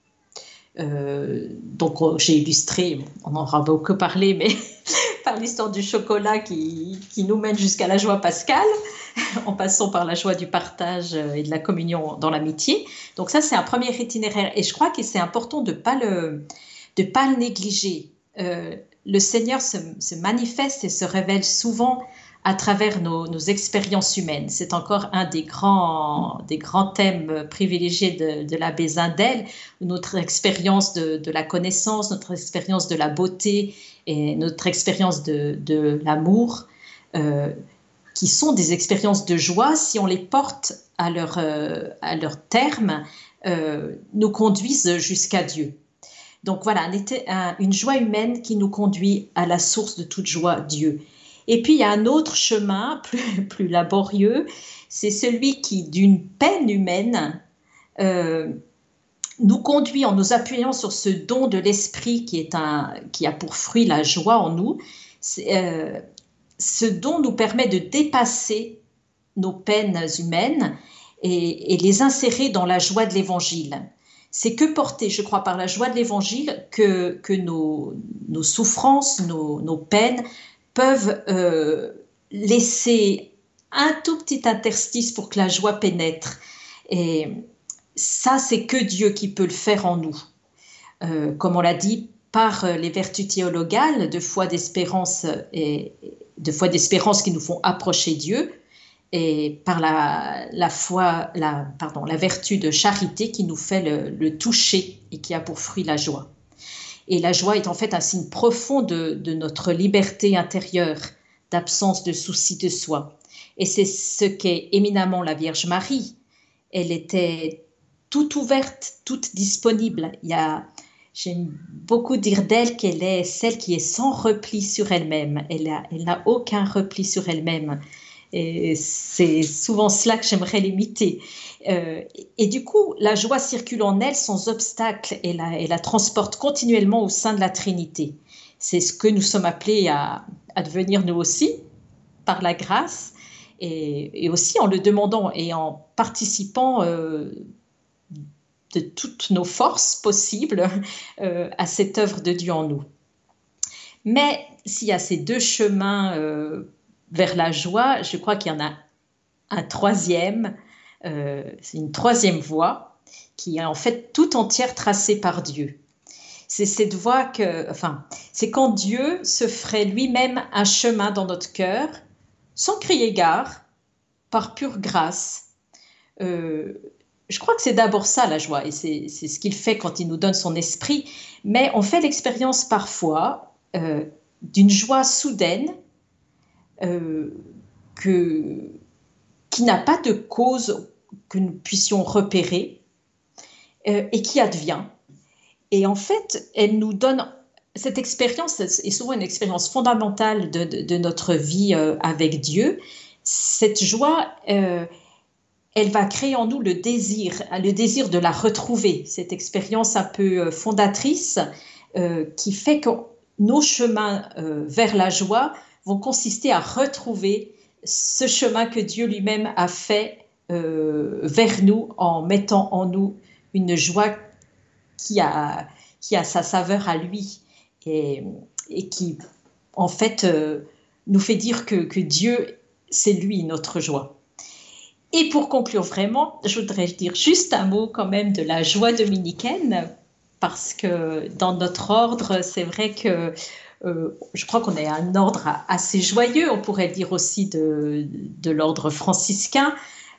Donc j'ai illustré, on en aura beaucoup parlé, mais par l'histoire du chocolat qui nous mène jusqu'à la joie pascale, en passant par la joie du partage et de la communion dans l'amitié. Donc ça, c'est un premier itinéraire. Et je crois que c'est important de pas le négliger. Le Seigneur se manifeste et se révèle souvent à travers nos expériences humaines. C'est encore un des grands thèmes privilégiés de l'abbé Zindel, notre expérience de la connaissance, notre expérience de la beauté et notre expérience de l'amour, qui sont des expériences de joie, si on les porte à leur terme, nous conduisent jusqu'à Dieu. Donc voilà, une joie humaine qui nous conduit à la source de toute joie, Dieu. Et puis il y a un autre chemin plus laborieux, c'est celui qui, d'une peine humaine, nous conduit en nous appuyant sur ce don de l'esprit qui a pour fruit la joie en nous. Ce don nous permet de dépasser nos peines humaines et les insérer dans la joie de l'Évangile. C'est que porté, je crois, par la joie de l'Évangile que nos souffrances, nos peines peuvent laisser un tout petit interstice pour que la joie pénètre. Et ça, c'est que Dieu qui peut le faire en nous. Comme on l'a dit, par les vertus théologales de foi d'espérance qui nous font approcher Dieu, et par la vertu de charité qui nous fait le toucher et qui a pour fruit la joie. Et la joie est en fait un signe profond de notre liberté intérieure, d'absence de souci de soi. Et c'est ce qu'est éminemment la Vierge Marie. Elle était toute ouverte, toute disponible. J'aime beaucoup dire d'elle qu'elle est celle qui est sans repli sur elle-même. Elle n'a aucun repli sur elle-même. Et c'est souvent cela que j'aimerais l'imiter. Et du coup, la joie circule en elle sans obstacle et la transporte continuellement au sein de la Trinité. C'est ce que nous sommes appelés à devenir nous aussi, par la grâce, et aussi en le demandant et en participant de toutes nos forces possibles à cette œuvre de Dieu en nous. Mais s'il y a ces deux chemins vers la joie, je crois qu'il y en a un troisième, c'est une troisième voie qui est en fait tout entière tracée par Dieu. C'est cette voie c'est quand Dieu se ferait lui-même un chemin dans notre cœur, sans crier gare, par pure grâce. Je crois que c'est d'abord ça la joie, et c'est ce qu'il fait quand il nous donne son esprit, mais on fait l'expérience parfois d'une joie soudaine, qui n'a pas de cause que nous puissions repérer et qui advient. Et en fait, elle nous donne cette expérience, est souvent une expérience fondamentale de notre vie avec Dieu. Cette joie, elle va créer en nous le désir de la retrouver, cette expérience un peu fondatrice qui fait que nos chemins vers la joie vont consister à retrouver ce chemin que Dieu lui-même a fait vers nous en mettant en nous une joie qui a sa saveur à lui et qui en fait nous fait dire que Dieu, c'est lui notre joie. Et pour conclure vraiment, je voudrais dire juste un mot quand même de la joie dominicaine, parce que dans notre ordre, c'est vrai que je crois qu'on est un ordre assez joyeux, on pourrait dire aussi de l'ordre franciscain,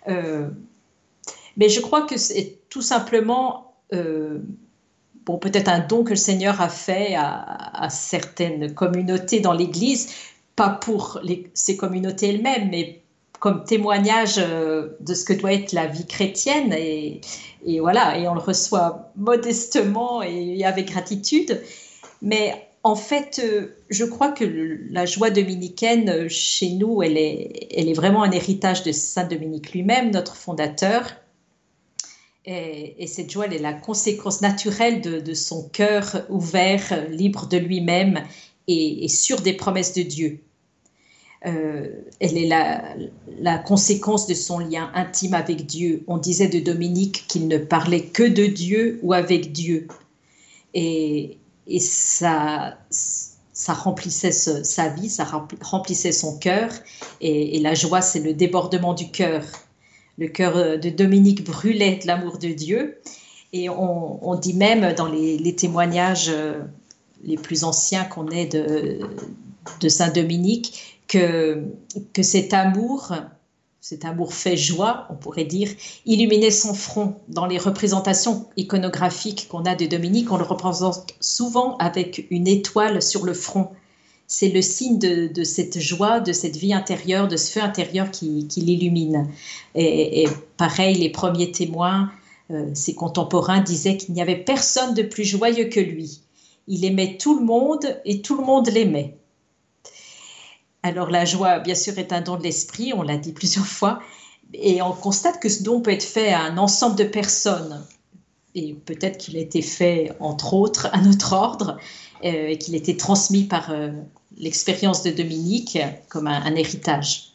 mais je crois que c'est tout simplement peut-être un don que le Seigneur a fait à certaines communautés dans l'Église, pas pour ces communautés elles-mêmes, mais comme témoignage de ce que doit être la vie chrétienne, et voilà, et on le reçoit modestement et avec gratitude. Mais en fait, je crois que la joie dominicaine chez nous, elle est vraiment un héritage de Saint Dominique lui-même, notre fondateur. Et cette joie, elle est la conséquence naturelle de son cœur ouvert, libre de lui-même et sûr des promesses de Dieu. Elle est la conséquence de son lien intime avec Dieu. On disait de Dominique qu'il ne parlait que de Dieu ou avec Dieu. Et ça remplissait sa vie, ça remplissait son cœur. Et la joie, c'est le débordement du cœur. Le cœur de Dominique brûlait de l'amour de Dieu. Et on dit même dans les témoignages les plus anciens qu'on ait de Saint Dominique, que cet amour fait joie, on pourrait dire, illuminait son front. Dans les représentations iconographiques qu'on a de Dominique, on le représente souvent avec une étoile sur le front. C'est le signe de cette joie, de cette vie intérieure, de ce feu intérieur qui l'illumine. Et pareil, les premiers témoins, ses contemporains, disaient qu'il n'y avait personne de plus joyeux que lui. Il aimait tout le monde et tout le monde l'aimait. Alors la joie, bien sûr, est un don de l'esprit, on l'a dit plusieurs fois, et on constate que ce don peut être fait à un ensemble de personnes. et peut-être qu'il a été fait, entre autres, à notre ordre, et qu'il a été transmis par l'expérience de Dominique comme un héritage.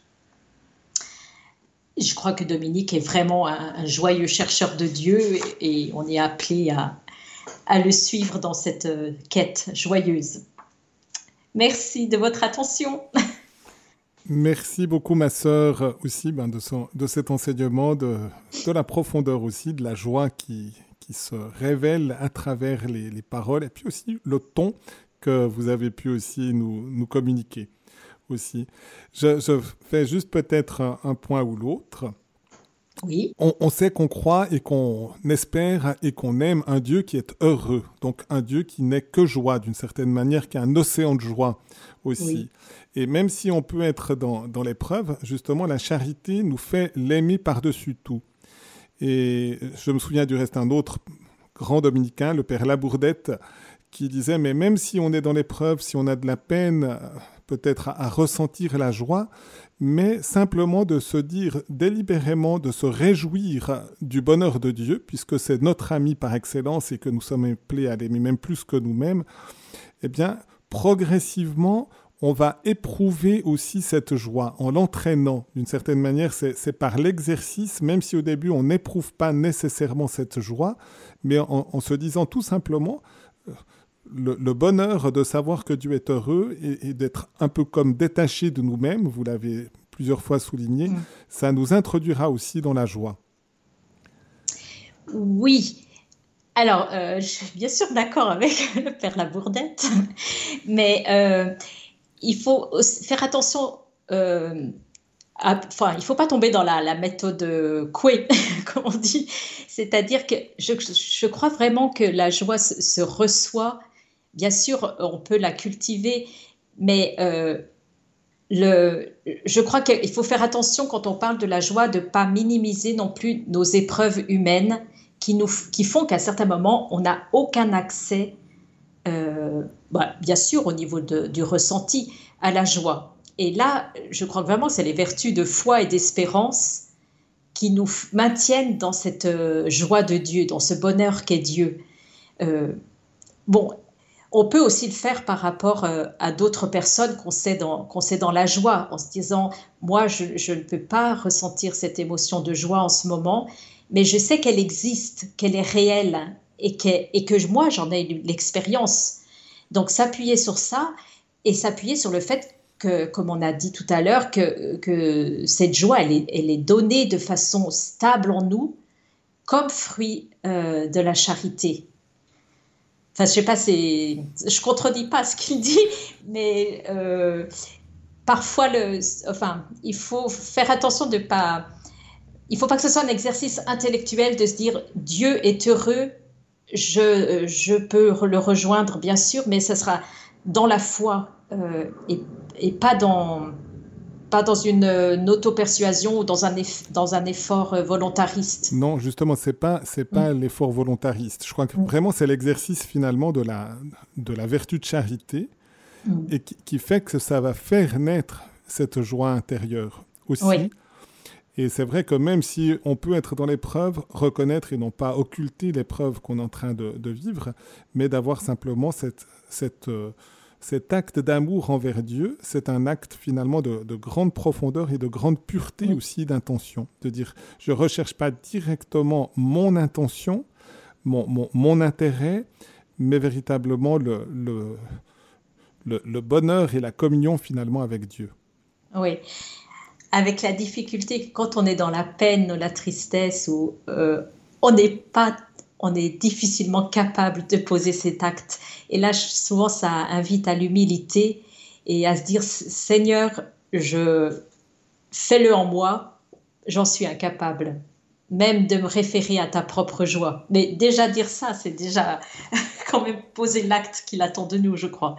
Je crois que Dominique est vraiment un joyeux chercheur de Dieu et on est appelé à le suivre dans cette quête joyeuse. Merci de votre attention. Merci beaucoup, ma sœur, aussi de cet enseignement, de la profondeur aussi, de la joie qui se révèle à travers les paroles et puis aussi le ton que vous avez pu aussi nous communiquer. Aussi. Je fais juste peut-être un point ou l'autre. Oui. On sait qu'on croit et qu'on espère et qu'on aime un Dieu qui est heureux, donc un Dieu qui n'est que joie d'une certaine manière, qui est un océan de joie aussi. Oui. Et même si on peut être dans l'épreuve, justement, la charité nous fait l'aimer par-dessus tout. Et je me souviens du reste un autre grand dominicain, le père Labourdette, qui disait, mais même si on est dans l'épreuve, si on a de la peine peut-être à ressentir la joie, mais simplement de se dire délibérément, de se réjouir du bonheur de Dieu, puisque c'est notre ami par excellence et que nous sommes appelés à l'aimer même plus que nous-mêmes, eh bien, progressivement, on va éprouver aussi cette joie en l'entraînant. D'une certaine manière, c'est par l'exercice, même si au début, on n'éprouve pas nécessairement cette joie, mais en se disant tout simplement le bonheur de savoir que Dieu est heureux et d'être un peu comme détaché de nous-mêmes, vous l'avez plusieurs fois souligné, ça nous introduira aussi dans la joie. Oui. Alors, je suis bien sûr d'accord avec le père Labourdette, mais il faut faire attention, il ne faut pas tomber dans la méthode Coué, comme on dit. C'est-à-dire que je crois vraiment que la joie se reçoit. Bien sûr, on peut la cultiver, mais je crois qu'il faut faire attention quand on parle de la joie de ne pas minimiser non plus nos épreuves humaines qui font qu'à certains moments, on n'a aucun accès, bien sûr au niveau du ressenti, à la joie. Et là, je crois que vraiment c'est les vertus de foi et d'espérance qui nous maintiennent dans cette joie de Dieu, dans ce bonheur qu'est Dieu. On peut aussi le faire par rapport à d'autres personnes qu'on sait dans la joie, en se disant, moi, je ne peux pas ressentir cette émotion de joie en ce moment, mais je sais qu'elle existe, qu'elle est réelle et que moi, j'en ai eu l'expérience. Donc, s'appuyer sur ça et s'appuyer sur le fait que, comme on a dit tout à l'heure, que cette joie, elle est donnée de façon stable en nous comme fruit de la charité. Enfin, je sais pas, je contredis pas ce qu'il dit, mais parfois, il faut faire attention de pas. Il faut pas que ce soit un exercice intellectuel de se dire Dieu est heureux, je peux le rejoindre bien sûr, mais ça sera dans la foi et pas dans une auto-persuasion ou dans un effort volontariste. Non, justement, c'est pas l'effort volontariste. Je crois que vraiment c'est l'exercice finalement de la vertu de charité et qui fait que ça va faire naître cette joie intérieure aussi. Oui. Et c'est vrai que même si on peut être dans l'épreuve, reconnaître et non pas occulter l'épreuve qu'on est en train de vivre, mais d'avoir simplement cet acte d'amour envers Dieu, c'est un acte finalement de grande profondeur et de grande pureté aussi d'intention. De dire, je ne recherche pas directement mon intention, mon intérêt, mais véritablement le bonheur et la communion finalement avec Dieu. Oui, avec la difficulté, quand on est dans la peine ou la tristesse, où on est difficilement capable de poser cet acte. Et là, souvent, ça invite à l'humilité et à se dire, Seigneur, fais-le en moi, j'en suis incapable, même de me référer à ta propre joie. Mais déjà dire ça, c'est déjà quand même poser l'acte qu'il attend de nous, je crois.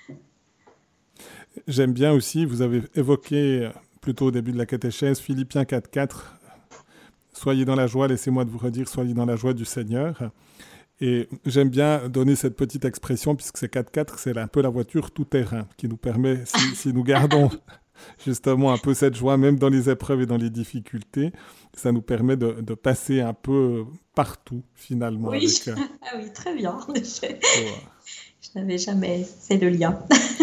J'aime bien aussi, vous avez évoqué plutôt au début de la catéchèse, Philippiens 4.4, soyez dans la joie, laissez-moi de vous redire, soyez dans la joie du Seigneur. Et j'aime bien donner cette petite expression, puisque c'est 4x4, c'est un peu la voiture tout-terrain, qui nous permet, si nous gardons justement un peu cette joie, même dans les épreuves et dans les difficultés. Ça nous permet de passer un peu partout, finalement. Oui, Avec, ah oui, très bien, en effet. ouais. Je n'avais jamais fait le lien.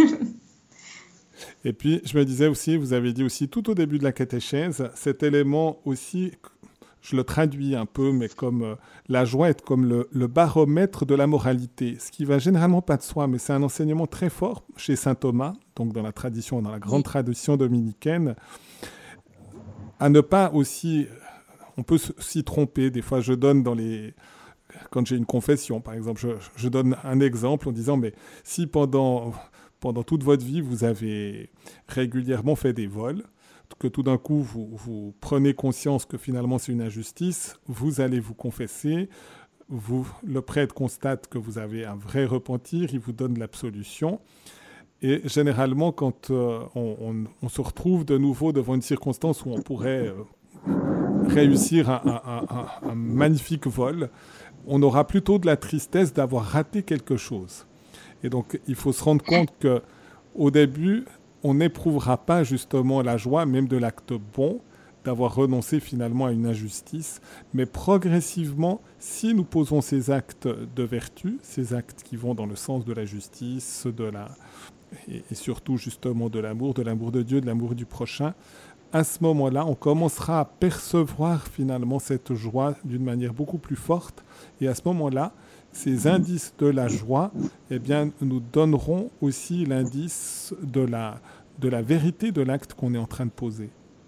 Et puis, je me disais aussi, vous avez dit aussi tout au début de la catéchèse, cet élément aussi, je le traduis un peu, mais comme la joie est comme le baromètre de la moralité, ce qui va généralement pas de soi, mais c'est un enseignement très fort chez saint Thomas, donc dans la tradition, dans la grande tradition dominicaine, à ne pas aussi, on peut s'y tromper, des fois je donne quand j'ai une confession, par exemple, je donne un exemple en disant, mais si pendant toute votre vie, vous avez régulièrement fait des vols, que tout d'un coup, vous prenez conscience que finalement c'est une injustice, vous allez vous confesser, le prêtre constate que vous avez un vrai repentir, il vous donne l'absolution. Et généralement, quand on se retrouve de nouveau devant une circonstance où on pourrait réussir un magnifique vol, on aura plutôt de la tristesse d'avoir raté quelque chose. Et donc, il faut se rendre compte qu'au début, on n'éprouvera pas justement la joie, même de l'acte bon, d'avoir renoncé finalement à une injustice. Mais progressivement, si nous posons ces actes de vertu, ces actes qui vont dans le sens de la justice, et surtout justement de l'amour de Dieu, de l'amour du prochain, à ce moment-là, on commencera à percevoir finalement cette joie d'une manière beaucoup plus forte. Et à ce moment-là, ces indices de la joie, eh bien, nous donneront aussi l'indice de la vérité de l'acte qu'on est en train de poser.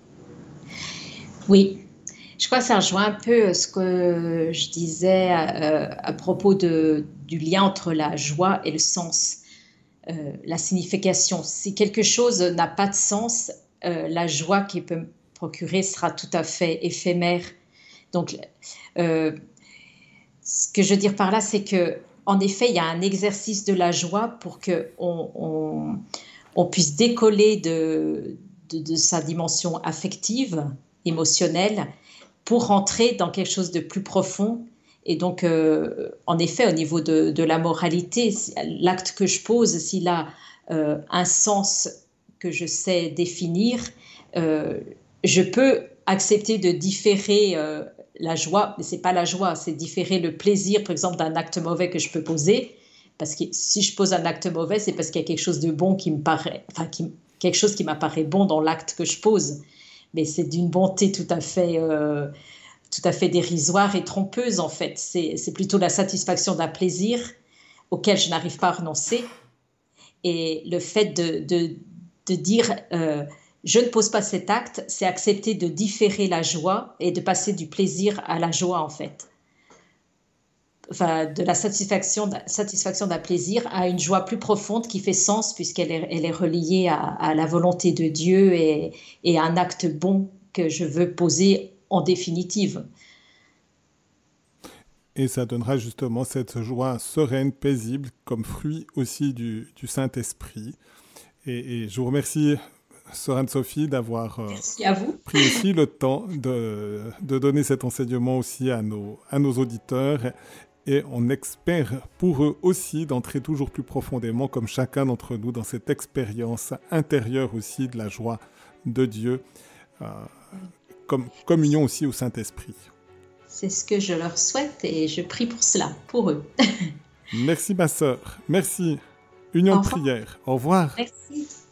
Oui, je crois que ça rejoint un peu ce que je disais à propos du lien entre la joie et le sens, la signification. Si quelque chose n'a pas de sens, la joie qu'il peut me procurer sera tout à fait éphémère. Donc, ce que je veux dire par là, c'est que, en effet, il y a un exercice de la joie pour qu'on puisse décoller de sa dimension affective, émotionnelle, pour rentrer dans quelque chose de plus profond. Et donc, en effet, au niveau de la moralité, l'acte que je pose, s'il a un sens que je sais définir, je peux accepter de différer la joie, mais ce n'est pas la joie, c'est différer le plaisir, par exemple, d'un acte mauvais que je peux poser. Parce que si je pose un acte mauvais, c'est parce qu'il y a quelque chose de bon qui me paraît, quelque chose qui m'apparaît bon dans l'acte que je pose. Mais c'est d'une bonté tout à fait dérisoire et trompeuse, en fait. C'est plutôt la satisfaction d'un plaisir auquel je n'arrive pas à renoncer. Et le fait de dire je ne pose pas cet acte, c'est accepter de différer la joie et de passer du plaisir à la joie, en fait. Enfin, de la satisfaction d'un plaisir à une joie plus profonde qui fait sens puisqu'elle est reliée à la volonté de Dieu et à un acte bon que je veux poser en définitive. Et ça donnera justement cette joie sereine, paisible, comme fruit aussi du Saint-Esprit. Et je vous remercie, Sœur Anne-Sophie, d'avoir pris aussi le temps de donner cet enseignement aussi à nos auditeurs. Et on espère pour eux aussi d'entrer toujours plus profondément, comme chacun d'entre nous, dans cette expérience intérieure aussi de la joie de Dieu, comme communion aussi au Saint-Esprit. C'est ce que je leur souhaite et je prie pour cela, pour eux. Merci ma sœur, merci. Union de prière. Au revoir. Merci.